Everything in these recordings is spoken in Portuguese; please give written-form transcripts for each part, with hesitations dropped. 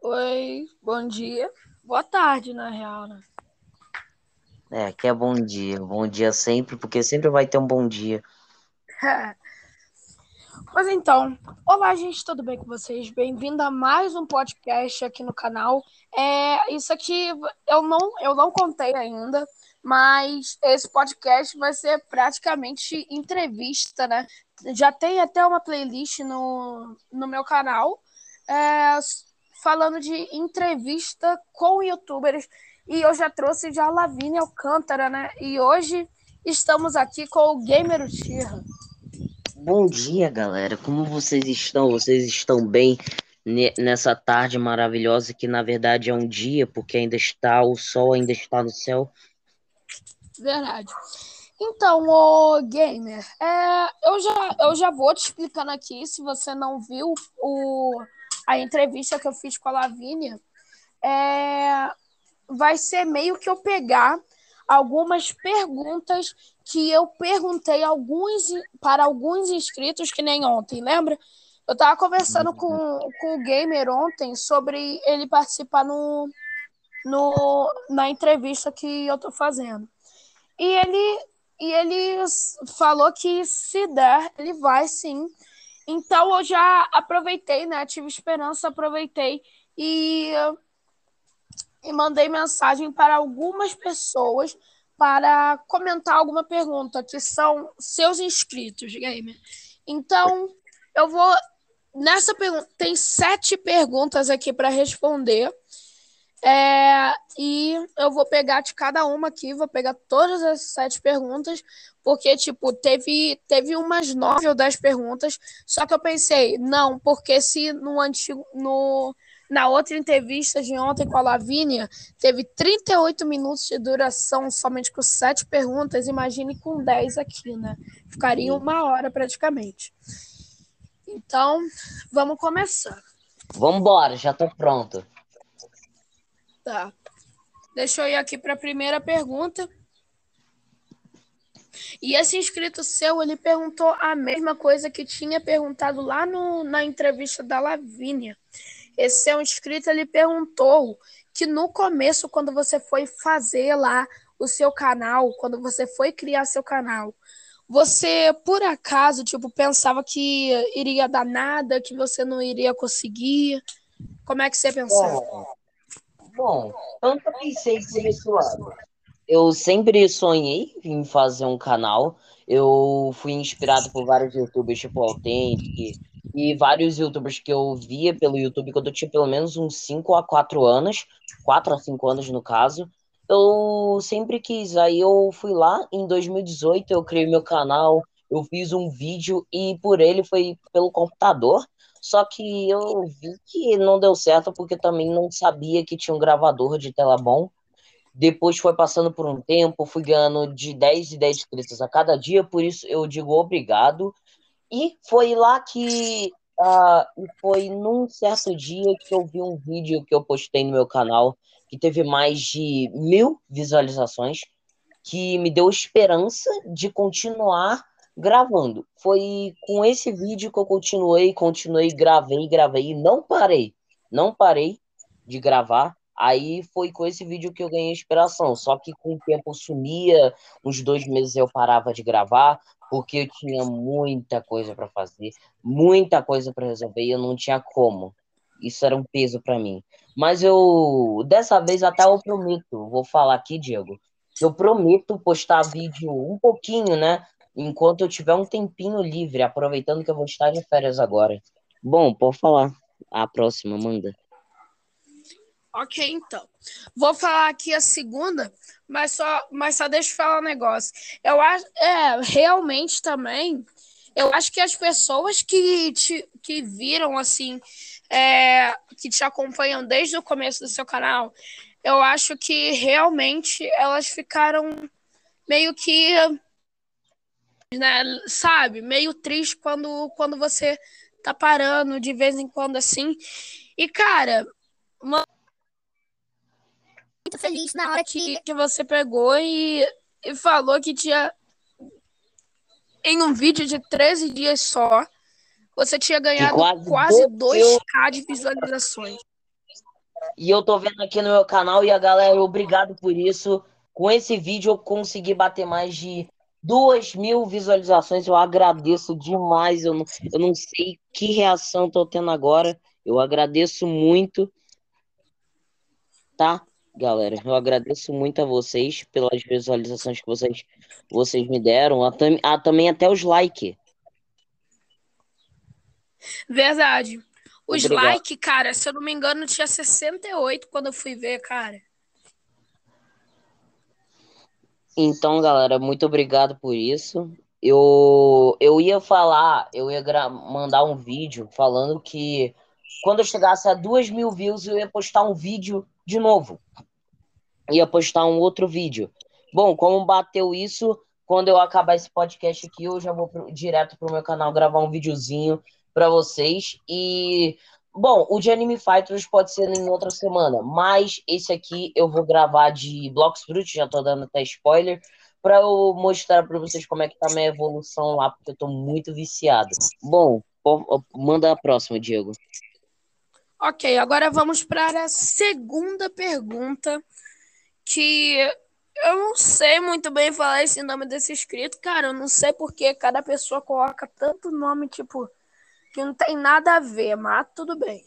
Oi, bom dia. Boa tarde, na real, né? Que é bom dia. Bom dia sempre, porque sempre vai ter um bom dia. Mas então, olá, gente, tudo bem com vocês? Bem-vindo a mais um podcast aqui no canal. Isso aqui eu não contei ainda, mas esse podcast vai ser praticamente entrevista, né? Já tem até uma playlist no meu canal, é, falando de entrevista com youtubers. E eu já trouxe já a Lavínia Alcântara, né? E hoje estamos aqui com o Gamer Uchiha. Bom dia, galera. Como vocês estão? Vocês estão bem nessa tarde maravilhosa que na verdade é um dia, porque ainda está o sol ainda está no céu. Verdade. Então, o gamer, eu já vou te explicando aqui, se você não viu a entrevista que eu fiz com a Lavínia, é, vai ser meio que eu pegar algumas perguntas que eu perguntei para alguns inscritos, que nem ontem, lembra? Eu estava conversando com o gamer ontem sobre ele participar na entrevista que eu estou fazendo. E ele falou que se der, ele vai sim. Então eu já aproveitei, né? Tive esperança, aproveitei e, e mandei mensagem para algumas pessoas para comentar alguma pergunta, que são seus inscritos, gamer. Então, eu vou. Nessa pergunta, tem 7 perguntas aqui para responder. E eu vou pegar de cada uma aqui, vou pegar todas as 7 perguntas, porque, tipo, teve umas 9 ou 10 perguntas, só que eu pensei, não, porque se na outra entrevista de ontem com a Lavínia, teve 38 minutos de duração somente com 7 perguntas, imagine com 10 aqui, né? Ficaria E 1 hora praticamente. Então, vamos começar. vambora, já tô pronto. Tá. Deixa eu ir aqui para a primeira pergunta. E esse inscrito seu, ele perguntou a mesma coisa que tinha perguntado lá na entrevista da Lavínia. Esse seu inscrito, ele perguntou que no começo, quando você foi fazer lá o seu canal, quando você foi criar seu canal, você, por acaso, tipo, pensava que iria dar nada, que você não iria conseguir? Como é que você pensava? Bom, bom, eu nunca pensei por esse lado. Eu sempre sonhei em fazer um canal. Eu fui inspirado por vários YouTubers, tipo Authentic, e vários YouTubers que eu via pelo YouTube quando eu tinha pelo menos uns 5 a 4 anos, 4 a 5 anos no caso. Eu sempre quis. Aí eu fui lá em 2018, eu criei meu canal, eu fiz um vídeo e por ele foi pelo computador. Só que eu vi que não deu certo porque também não sabia que tinha um gravador de tela bom. Depois foi passando por um tempo, fui ganhando de 10 em 10 inscritos a cada dia, por isso eu digo obrigado. E foi lá que. Foi num certo dia que eu vi um vídeo que eu postei no meu canal, que teve mais de 1.000 visualizações, que me deu esperança de continuar gravando. Foi com esse vídeo que eu continuei, gravei e não parei. Não parei de gravar. Aí foi com esse vídeo que eu ganhei inspiração. Só que com o tempo sumia, uns 2 meses eu parava de gravar, porque eu tinha muita coisa para fazer, muita coisa para resolver e eu não tinha como. Isso era um peso para mim. Mas dessa vez até eu prometo, vou falar aqui, Diego, eu prometo postar vídeo um pouquinho, né? Enquanto eu tiver um tempinho livre, aproveitando que eu vou estar de férias agora. Bom, pode falar. A próxima, manda. Ok, então. Vou falar aqui a segunda, mas só deixa eu falar um negócio. Eu acho, realmente também, eu acho que as pessoas que viram, assim, que te acompanham desde o começo do seu canal, eu acho que realmente elas ficaram meio que, né, sabe, meio triste quando você tá parando de vez em quando, assim. E, cara, muito feliz na hora que você pegou e falou que tinha, em um vídeo de 13 dias só, você tinha Que ganhado quase quase doeu. 2K de visualizações. E eu tô vendo aqui no meu canal e a galera, obrigado por isso. Com esse vídeo eu consegui bater mais de 2.000 visualizações. Eu agradeço demais. Eu não sei que reação tô tendo agora. Eu agradeço muito, tá, galera? Eu agradeço muito a vocês pelas visualizações que vocês me deram. Também até os likes. Verdade. Os Obrigado. likes, cara, se eu não me engano, tinha 68 quando eu fui ver, cara. Então, galera, muito obrigado por isso. Eu ia mandar um vídeo falando que quando eu chegasse a 2.000 views, eu ia postar um vídeo de novo. Ia postar um outro vídeo. Bom, como bateu isso, quando eu acabar esse podcast aqui, eu já vou direto pro meu canal gravar um videozinho para vocês. E, bom, o de Anime Fighters pode ser em outra semana, mas esse aqui eu vou gravar de Blox Fruit, já tô dando até spoiler, para eu mostrar para vocês como é que tá a minha evolução lá, porque eu tô muito viciado. Bom, manda a próxima, Diego. Ok, agora vamos para a segunda pergunta, que eu não sei muito bem falar esse nome desse inscrito, cara. Eu não sei porque cada pessoa coloca tanto nome, tipo, que não tem nada a ver, mas tudo bem.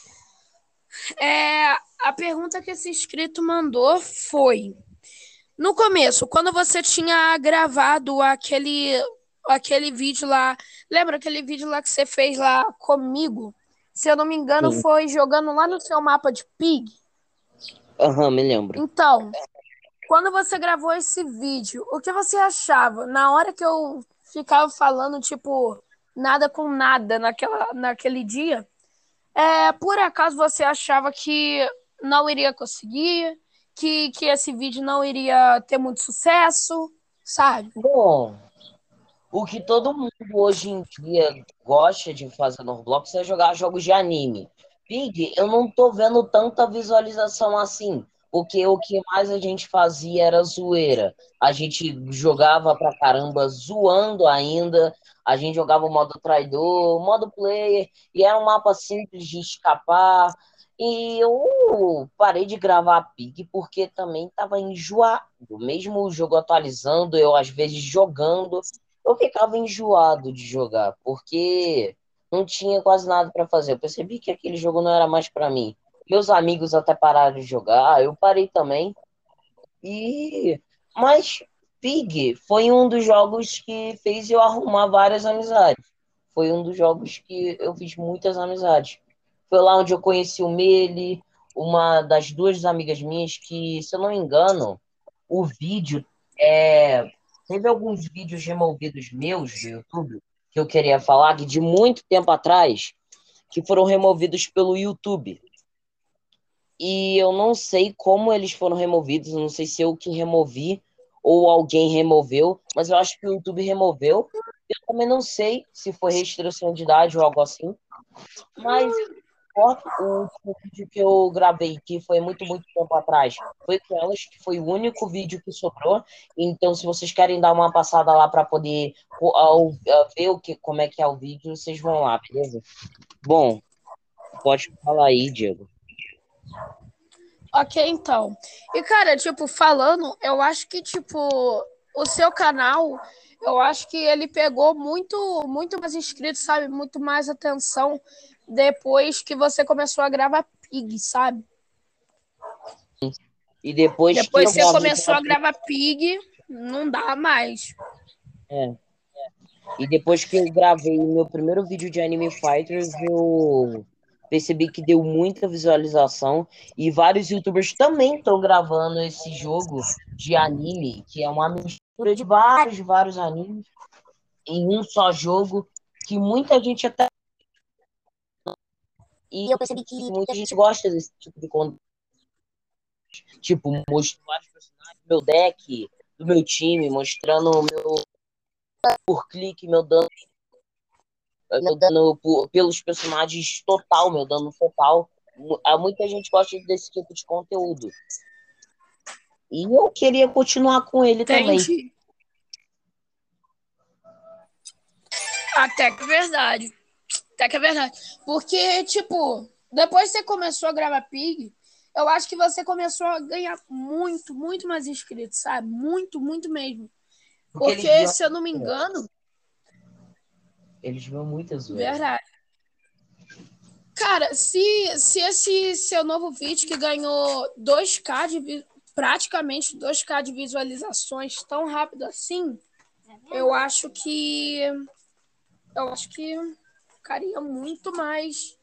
A pergunta que esse inscrito mandou foi: no começo, quando você tinha gravado aquele vídeo lá, lembra aquele vídeo lá que você fez lá comigo? Se eu não me engano, Sim. foi jogando lá no seu mapa de Pig. Aham, me lembro. Então, quando você gravou esse vídeo, o que você achava? Na hora que eu ficava falando, tipo, nada com nada naquele dia, por acaso você achava que não iria conseguir, que esse vídeo não iria ter muito sucesso, sabe? Bom, o que todo mundo hoje em dia gosta de fazer no Roblox é jogar jogos de anime. Pig, eu não tô vendo tanta visualização assim, porque o que mais a gente fazia era zoeira. A gente jogava pra caramba, zoando ainda. A gente jogava o modo traidor, modo player, e era um mapa simples de escapar. E eu parei de gravar Pig porque também tava enjoado. Mesmo o jogo atualizando, eu às vezes jogando eu ficava enjoado de jogar, porque não tinha quase nada para fazer. Eu percebi que aquele jogo não era mais para mim. Meus amigos até pararam de jogar, eu parei também. E mas Pig foi um dos jogos que fez eu arrumar várias amizades. Foi um dos jogos que eu fiz muitas amizades. Foi lá onde eu conheci o Meli, uma das duas amigas minhas que, se eu não me engano, o vídeo teve alguns vídeos removidos meus do YouTube que eu queria falar que de muito tempo atrás que foram removidos pelo YouTube. E eu não sei como eles foram removidos, eu não sei se eu que removi ou alguém removeu, mas eu acho que o YouTube removeu. Eu também não sei se foi restrição de idade ou algo assim, mas o último vídeo que eu gravei, que foi muito, muito tempo atrás, foi com elas, que foi o único vídeo que sobrou. Então, se vocês querem dar uma passada lá para poder ver como é que é o vídeo, vocês vão lá, beleza? Bom, pode falar aí, Diego. Ok, então. E, cara, tipo, falando, eu acho que, tipo, o seu canal, eu acho que ele pegou muito, muito mais inscritos, sabe? Muito mais atenção depois que você começou a gravar Pig, sabe? E depois que Depois eu que você gravei. começou a gravar Pig, não dá mais. É, e depois que eu gravei o meu primeiro vídeo de Anime Fighters, eu percebi que deu muita visualização e vários YouTubers também estão gravando esse jogo de anime, que é uma mistura de vários animes em um só jogo, que muita gente até. E eu percebi que muita gente gosta desse tipo de conteúdo. Tipo, mostrar vários personagens do meu deck, do meu time, mostrando o meu por clique, meu dano pelos personagens total, meu dano total. Muita gente gosta desse tipo de conteúdo. E eu queria continuar com ele também. Entendi. Até que é verdade. Até que é verdade. Porque, tipo, depois que você começou a gravar Pig, eu acho que você começou a ganhar muito, muito mais inscritos, sabe? Muito, muito mesmo. Porque Porque, se eu não me engano, eles viam muita zoeira. verdade. Cara, se esse seu novo vídeo que ganhou 2K praticamente 2K de visualizações tão rápido assim, eu acho que ficaria muito mais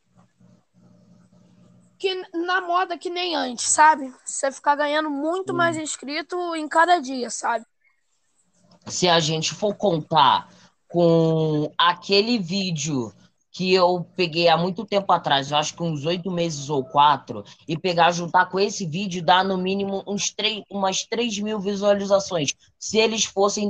que na moda que nem antes, sabe? Você ficar ganhando muito mais inscrito em cada dia, sabe? Se a gente for contar com aquele vídeo que eu peguei há muito tempo atrás, eu acho que uns 8 meses ou 4, e pegar, juntar com esse vídeo, dá no mínimo umas 3 mil visualizações. Se eles fossem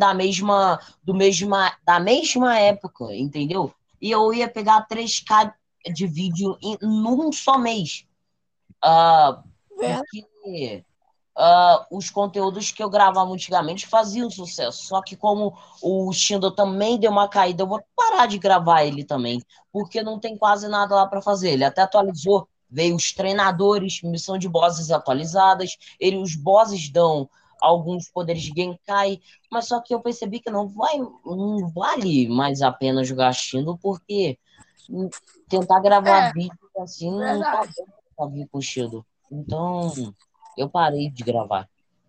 da mesma época, entendeu? E eu ia pegar 3K de vídeo num só mês. Verdade. Porque os conteúdos que eu gravava antigamente faziam sucesso. Só que como o Shindo também deu uma caída, eu vou parar de gravar ele também, porque não tem quase nada lá para fazer. Ele até atualizou, veio os treinadores, missão de bosses atualizadas, os bosses dão alguns poderes de Genkai, mas só que eu percebi que não vale mais a pena jogar Shindo, porque tentar gravar É, vídeo assim não tá verdade. bom pra vir com o Shindo. Então, eu parei de gravar.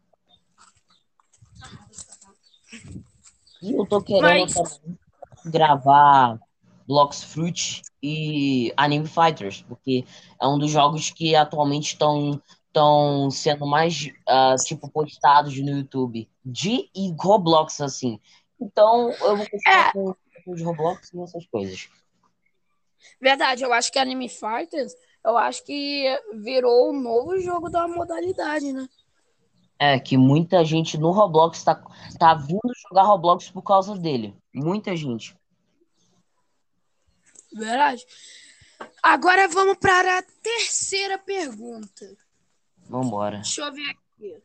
E eu tô querendo Mas também gravar Blox Fruit e Anime Fighters, porque é um dos jogos que atualmente estão sendo mais, tipo, postados no YouTube. E Roblox, assim. Então, eu vou continuar é com os Roblox e essas coisas. verdade, eu acho que Anime Fighters, eu acho que virou um novo jogo da modalidade, né? É, que muita gente no Roblox tá vindo jogar Roblox por causa dele. Muita gente. Verdade. Agora vamos para a terceira pergunta. Vambora. Deixa eu ver aqui.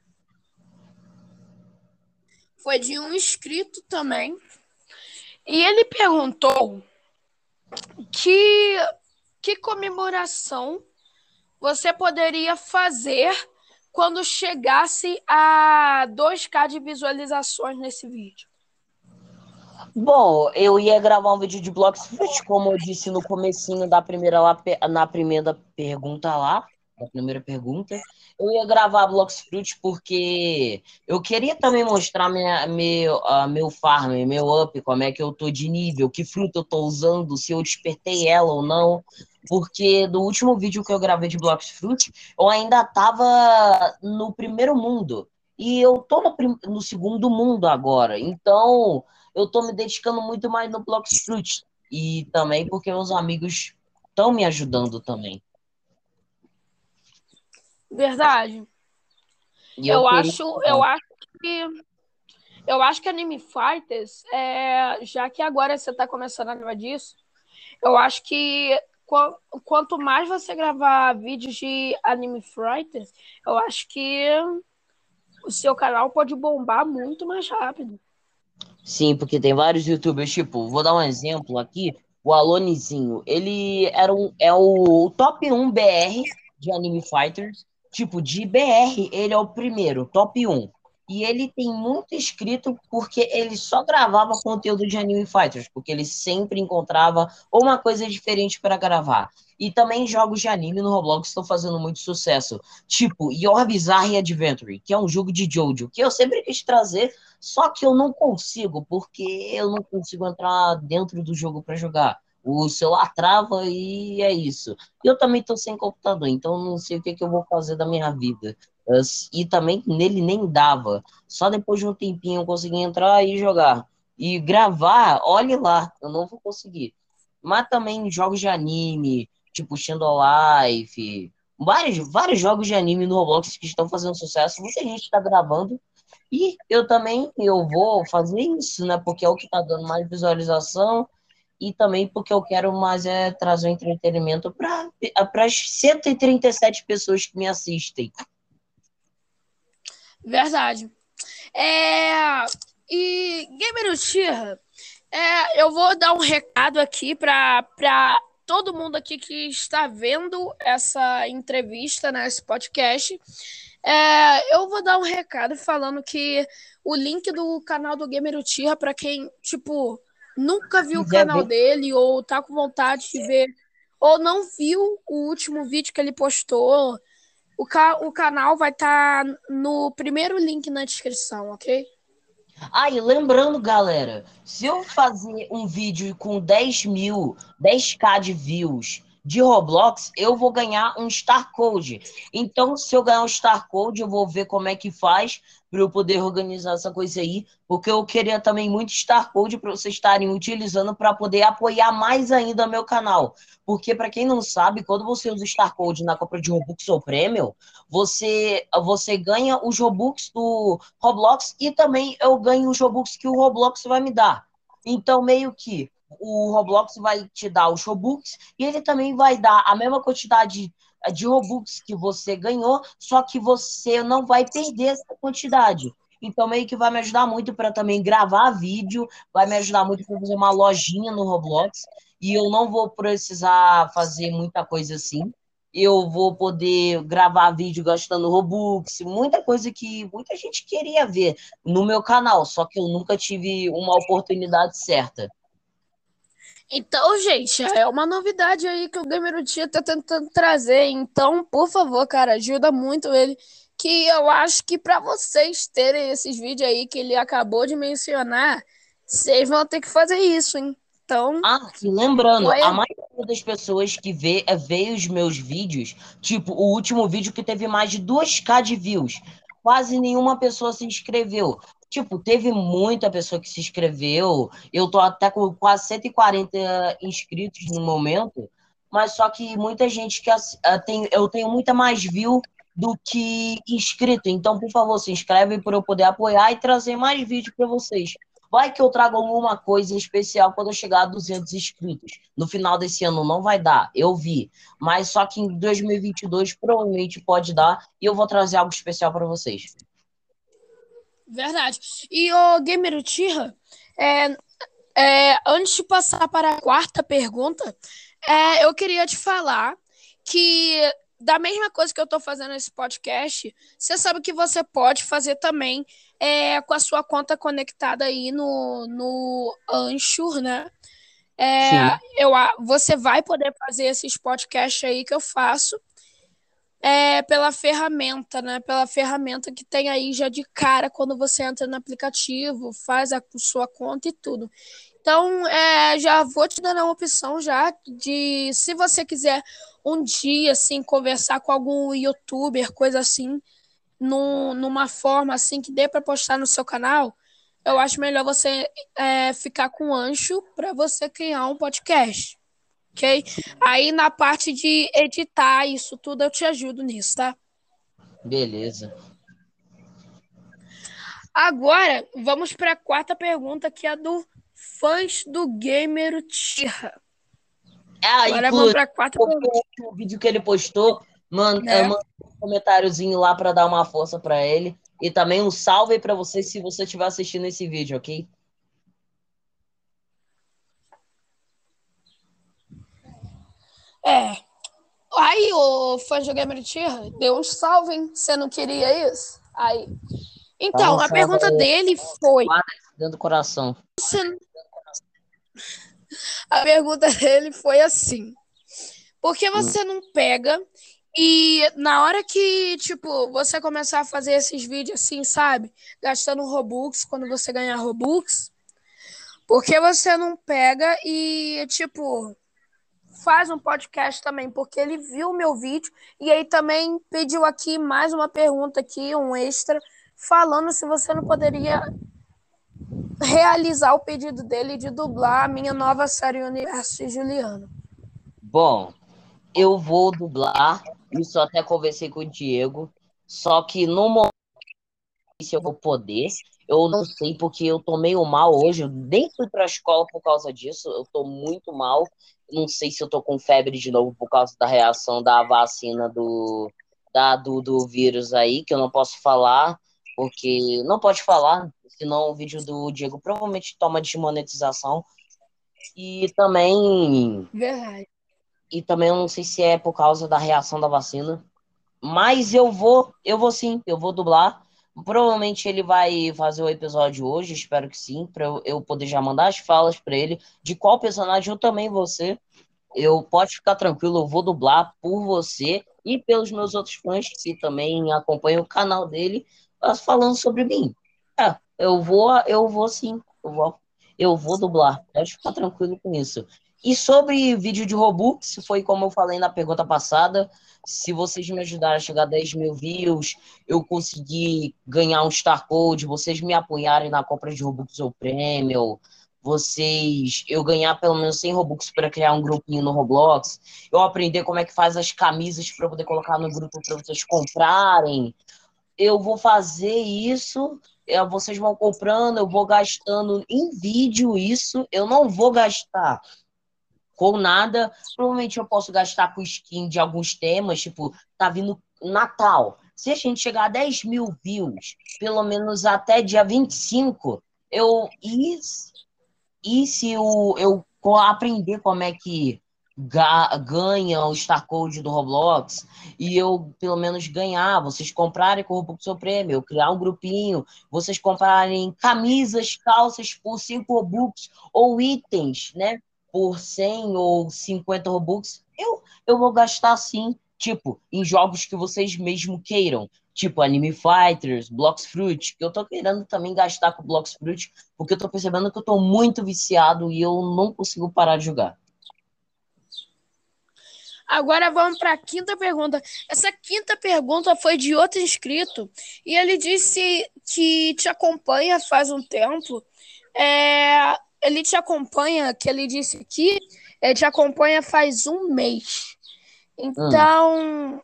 Foi de um inscrito também. E ele perguntou que, que comemoração você poderia fazer quando chegasse a 2K de visualizações nesse vídeo. Bom, eu ia gravar um vídeo de Bloxfruit, como eu disse no comecinho da primeira na primeira pergunta lá, da primeira pergunta. Eu ia gravar Bloxfruit porque eu queria também mostrar meu farm, meu up, como é que eu tô de nível, que fruta eu tô usando, se eu despertei ela ou não. Porque do último vídeo que eu gravei de Bloxfruit, eu ainda tava no primeiro mundo. E eu tô no segundo mundo agora. Então, eu tô me dedicando muito mais no Bloxfruit. E também porque meus amigos estão me ajudando também. Verdade. E eu Eu queria. acho, eu acho que eu acho que Anime Fighters, já que agora você está começando a gravar disso, eu acho que quanto mais você gravar vídeos de Anime Fighters, eu acho que o seu canal pode bombar muito mais rápido. Sim, porque tem vários YouTubers, tipo, vou dar um exemplo aqui, o Alonezinho, ele é o top 1 BR de Anime Fighters, tipo, de BR, ele é o primeiro, top 1. E ele tem muito inscrito porque ele só gravava conteúdo de Anime Fighters, porque ele sempre encontrava uma coisa diferente para gravar. E também jogos de anime no Roblox estão fazendo muito sucesso, tipo Your Bizarre Adventure, que é um jogo de Jojo, que eu sempre quis trazer, só que eu não consigo, porque eu não consigo entrar dentro do jogo para jogar. O celular trava e é isso. E eu também estou sem computador, então não sei o que eu vou fazer da minha vida. E também nele nem dava. Só depois de um tempinho eu consegui entrar e jogar. E gravar, olhe lá, eu não vou conseguir. Mas também jogos de anime, tipo Shadow Life, vários jogos de anime no Roblox que estão fazendo sucesso. Muita gente está gravando e eu vou fazer isso, né? Porque é o que está dando mais visualização e também porque eu quero mais trazer um entretenimento para as 137 pessoas que me assistem. Verdade. E Gamer Uchiha, eu vou dar um recado aqui para todo mundo aqui que está vendo essa entrevista, né, esse podcast. Eu vou dar um recado falando que o link do canal do Gamer Uchiha, para quem, tipo, nunca viu o quiser canal ver. dele ou tá com vontade de ver, ou não viu o último vídeo que ele postou, o canal vai estar no primeiro link na descrição, ok? E lembrando, galera, se eu fazer um vídeo com 10k de views de Roblox, eu vou ganhar um Star Code. Então, se eu ganhar um Star Code, eu vou ver como é que faz para eu poder organizar essa coisa aí, porque eu queria também muito Star Code para vocês estarem utilizando para poder apoiar mais ainda meu canal. Porque, para quem não sabe, quando você usa Star Code na compra de Robux ou Premium, você ganha os Robux do Roblox e também eu ganho os Robux que o Roblox vai me dar. Então, meio que o Roblox vai te dar os Robux e ele também vai dar a mesma quantidade de Robux que você ganhou, só que você não vai perder essa quantidade. Então, meio que vai me ajudar muito para também gravar vídeo, vai me ajudar muito para fazer uma lojinha no Roblox e eu não vou precisar fazer muita coisa assim. Eu vou poder gravar vídeo gastando Robux, muita coisa que muita gente queria ver no meu canal, só que eu nunca tive uma oportunidade certa. Então, gente, é uma novidade aí que o Gamerutia tá tentando trazer. Então, por favor, cara, ajuda muito ele. Que eu acho que para vocês terem esses vídeos aí que ele acabou de mencionar, vocês vão ter que fazer isso, hein? Então, E lembrando, a foi. maioria das pessoas que vê os meus vídeos, tipo, o último vídeo que teve mais de 2k de views, quase nenhuma pessoa se inscreveu. Tipo, teve muita pessoa que se inscreveu, eu tô até com quase 140 inscritos no momento, mas só que muita gente eu tenho muita mais view do que inscrito. Então, por favor, se inscreve para eu poder apoiar e trazer mais vídeo para vocês. Vai que eu trago alguma coisa especial quando eu chegar a 200 inscritos. No final desse ano não vai dar, eu vi. Mas só que em 2022 provavelmente pode dar e eu vou trazer algo especial para vocês. Verdade. E o Gamer Uchiha, antes de passar para a quarta pergunta, eu queria te falar que, da mesma coisa que eu estou fazendo nesse podcast, você sabe que você pode fazer também com a sua conta conectada aí no Anchor, né? Sim. Você vai poder fazer esses podcasts aí que eu faço pela ferramenta, né? Pela ferramenta que tem aí já de cara quando você entra no aplicativo, faz a sua conta e tudo. Então, já vou te dando uma opção já de, se você quiser um dia, assim, conversar com algum youtuber, coisa assim, numa forma, assim, que dê para postar no seu canal, eu acho melhor você ficar com o Ancho para você criar um podcast, ok? Aí, na parte de editar isso tudo, eu te ajudo nisso, tá? Beleza. Agora, vamos para a quarta pergunta, que é a do fãs do Gamer Tira. Agora vamos Inclusive, para a quarta o pergunta, último vídeo que ele postou, né? manda um comentáriozinho lá para dar uma força para ele. E também um salve para você se você estiver assistindo esse vídeo, ok? É. Aí, o fã do Gamer Tira deu um salve, hein? Você não queria isso? Aí. Dá um Então, a salve pergunta aí, dele foi: guarda dentro do coração. a pergunta dele foi assim: por que Hum. você não pega e na hora que, tipo, você começar a fazer esses vídeos assim, sabe? Gastando Robux, quando você ganhar Robux, por que você não pega e, tipo, faz um podcast também? Porque ele viu o meu vídeo e aí também pediu aqui mais uma pergunta aqui, um extra, falando se você não poderia realizar o pedido dele de dublar a minha nova série Universo de Juliano. Bom, eu vou dublar, isso eu até conversei com o Diego, só que no momento se eu vou poder, eu não sei porque eu tô meio mal hoje, eu nem fui pra escola por causa disso, eu tô muito mal, não sei se eu tô com febre de novo por causa da reação da vacina do vírus aí, que eu não posso falar, porque não pode falar, senão o vídeo do Diego provavelmente toma desmonetização, e também Verdade. E também eu não sei se é por causa da reação da vacina. Mas eu vou sim, eu vou dublar. Provavelmente ele vai fazer o episódio hoje, espero que sim, para eu poder já mandar as falas para ele de qual personagem eu também vou ser. Eu pode ficar tranquilo, eu vou dublar por você e pelos meus outros fãs que também acompanham o canal dele, falando sobre mim. Eu vou sim, eu vou dublar. Pode ficar tranquilo com isso. E sobre vídeo de Robux, foi como eu falei na pergunta passada. Se vocês me ajudarem a chegar a 10 mil views, eu conseguir ganhar um Star Code, vocês me apoiarem na compra de Robux ou Premium, eu ganhar pelo menos 100 Robux para criar um grupinho no Roblox, eu aprender como é que faz as camisas para poder colocar no grupo para vocês comprarem. Eu vou fazer isso, vocês vão comprando, eu vou gastando em vídeo isso, eu não vou gastar com nada. Provavelmente eu posso gastar com skin de alguns temas, tipo, tá vindo Natal. Se a gente chegar a 10 mil views, pelo menos até dia 25, eu. E se eu aprender como é que ganha o Star Code do Roblox e eu pelo menos ganhar, vocês comprarem com o Robux seu prêmio, eu criar um grupinho, vocês comprarem camisas, calças por 5 Robux ou itens, né, por 100 ou 50 Robux, eu vou gastar sim, tipo, em jogos que vocês mesmo queiram. Tipo Anime Fighters, Blox Fruit, que eu tô querendo também gastar com Blox Fruit, porque eu tô percebendo que eu tô muito viciado e eu não consigo parar de jogar. Agora vamos para a quinta pergunta. Essa quinta pergunta foi de outro inscrito e ele disse que te acompanha faz um tempo. Ele te acompanha, que ele disse que te acompanha faz um mês. Hum. Então,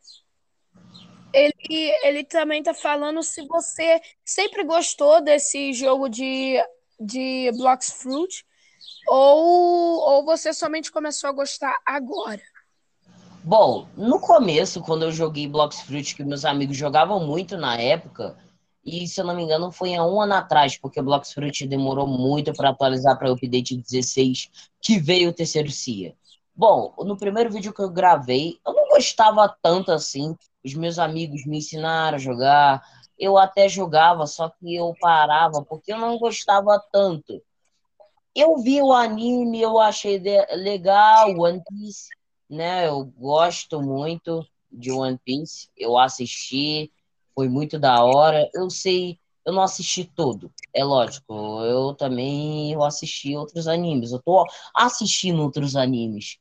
ele também está falando se você sempre gostou desse jogo de Blox Fruit ou você somente começou a gostar agora. Bom, no começo, quando eu joguei Blox Fruit, que meus amigos jogavam muito na época, e se eu não me engano foi há um ano atrás, porque Blox Fruit demorou muito para atualizar para o update 16, que veio o terceiro CIA. Bom, no primeiro vídeo que eu gravei, eu não gostava tanto assim. Os meus amigos me ensinaram a jogar. Eu até jogava, só que eu parava porque eu não gostava tanto. Eu vi o anime, eu achei legal, One Piece, né? Eu gosto muito de One Piece. Eu assisti, foi muito da hora. Eu sei, eu não assisti todo, é lógico. Eu assisti outros animes. Eu tô assistindo outros animes.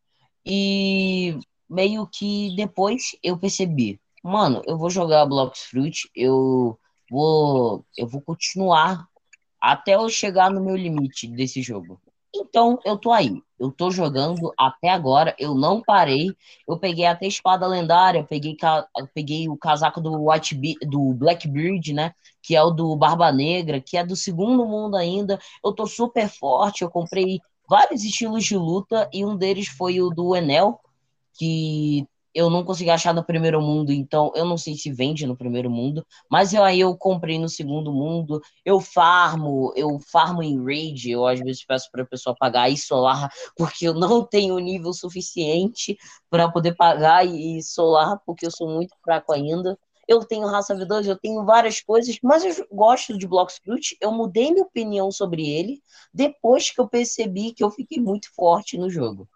E meio que depois eu percebi, mano, eu vou jogar Blox Fruit, eu vou continuar até eu chegar no meu limite desse jogo. Então, eu tô aí. Eu tô jogando até agora, eu não parei. Eu peguei até espada lendária, peguei o casaco do Blackbeard, né? Que é o do Barba Negra, que é do segundo mundo ainda. Eu tô super forte, eu comprei vários estilos de luta e um deles foi o do Enel, que eu não consegui achar no primeiro mundo, então eu não sei se vende no primeiro mundo, mas aí eu comprei no segundo mundo, eu farmo em raid, eu às vezes peço para a pessoa pagar e solar, porque eu não tenho nível suficiente para poder pagar e solar, porque eu sou muito fraco ainda. Eu tenho raça V2, eu tenho várias coisas, mas eu gosto de Blox Fruit. Eu mudei minha opinião sobre ele depois que eu percebi que eu fiquei muito forte no jogo.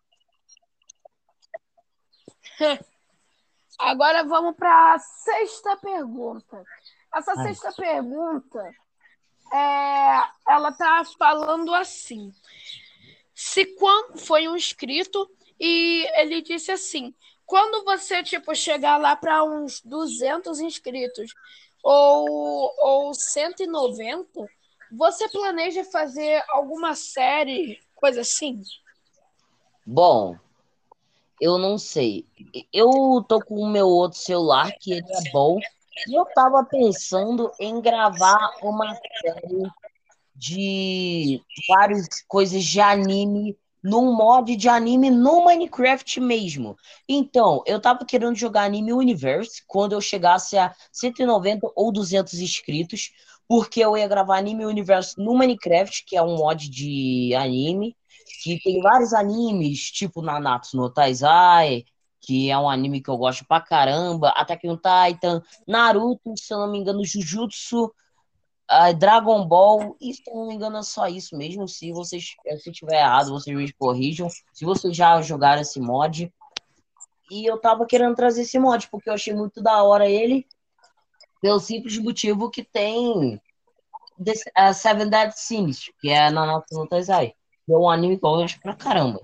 Agora vamos para a sexta pergunta. Essa sexta pergunta ela tá falando assim: se quando foi um inscrito e ele disse assim, quando você tipo chegar lá para uns 200 inscritos ou 190, você planeja fazer alguma série, coisa assim? Bom, eu não sei. Eu tô com o meu outro celular, que ele é bom, e eu tava pensando em gravar uma série de várias coisas de anime, num mod de anime no Minecraft mesmo. Então, eu tava querendo jogar Anime Universe quando eu chegasse a 190 ou 200 inscritos, porque eu ia gravar Anime Universe no Minecraft, que é um mod de anime, que tem vários animes, tipo Nanatsu no Taizai, que é um anime que eu gosto pra caramba, Attack on Titan, Naruto, se eu não me engano, Jujutsu, Dragon Ball, e se eu não me engano é só isso mesmo. Se tiver errado, vocês me corrijam. Se vocês já jogaram esse mod, e eu tava querendo trazer esse mod, porque eu achei muito da hora ele, pelo simples motivo que tem Seven Deadly Sins, que é Nanatsu no Taizai. É um anime que eu gosto pra caramba.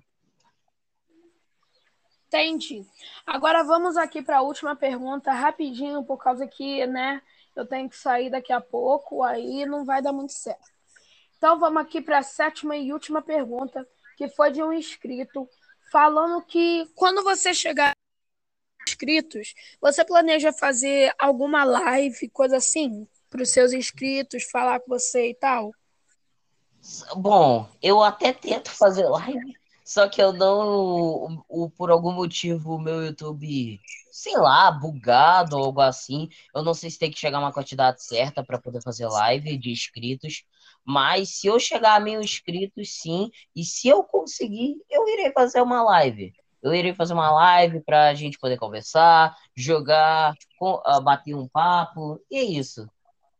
Entendi. Agora vamos aqui para a última pergunta, rapidinho, por causa que, né, eu tenho que sair daqui a pouco, aí não vai dar muito certo. Então vamos aqui para a sétima e última pergunta, que foi de um inscrito, falando que quando você chegar inscritos, você planeja fazer alguma live, coisa assim, para os seus inscritos, falar com você e tal? Bom, eu até tento fazer live, só que eu não, por algum motivo, o meu YouTube, sei lá, bugado ou algo assim. Eu não sei se tem que chegar a uma quantidade certa para poder fazer live de inscritos, mas se eu chegar a 1.000 inscritos, sim, e se eu conseguir, eu irei fazer uma live. Eu irei fazer uma live para a gente poder conversar, jogar, bater um papo, e é isso.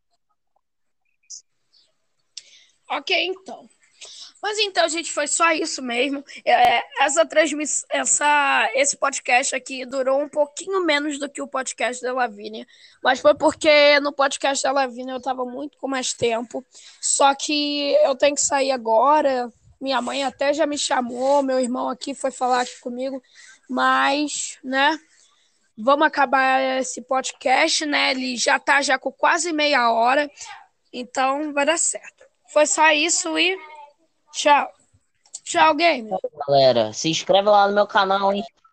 Ok, então. Mas então, gente, foi só isso mesmo. Esse podcast aqui durou um pouquinho menos do que o podcast da Lavínia, mas foi porque no podcast da Lavínia eu estava muito com mais tempo. Só que eu tenho que sair agora. Minha mãe até já me chamou, meu irmão aqui foi falar aqui comigo, mas, né? Vamos acabar esse podcast, né? Ele já tá já com quase meia hora, então vai dar certo. Foi só isso e tchau. Tchau, game. Galera, se inscreve lá no meu canal, hein?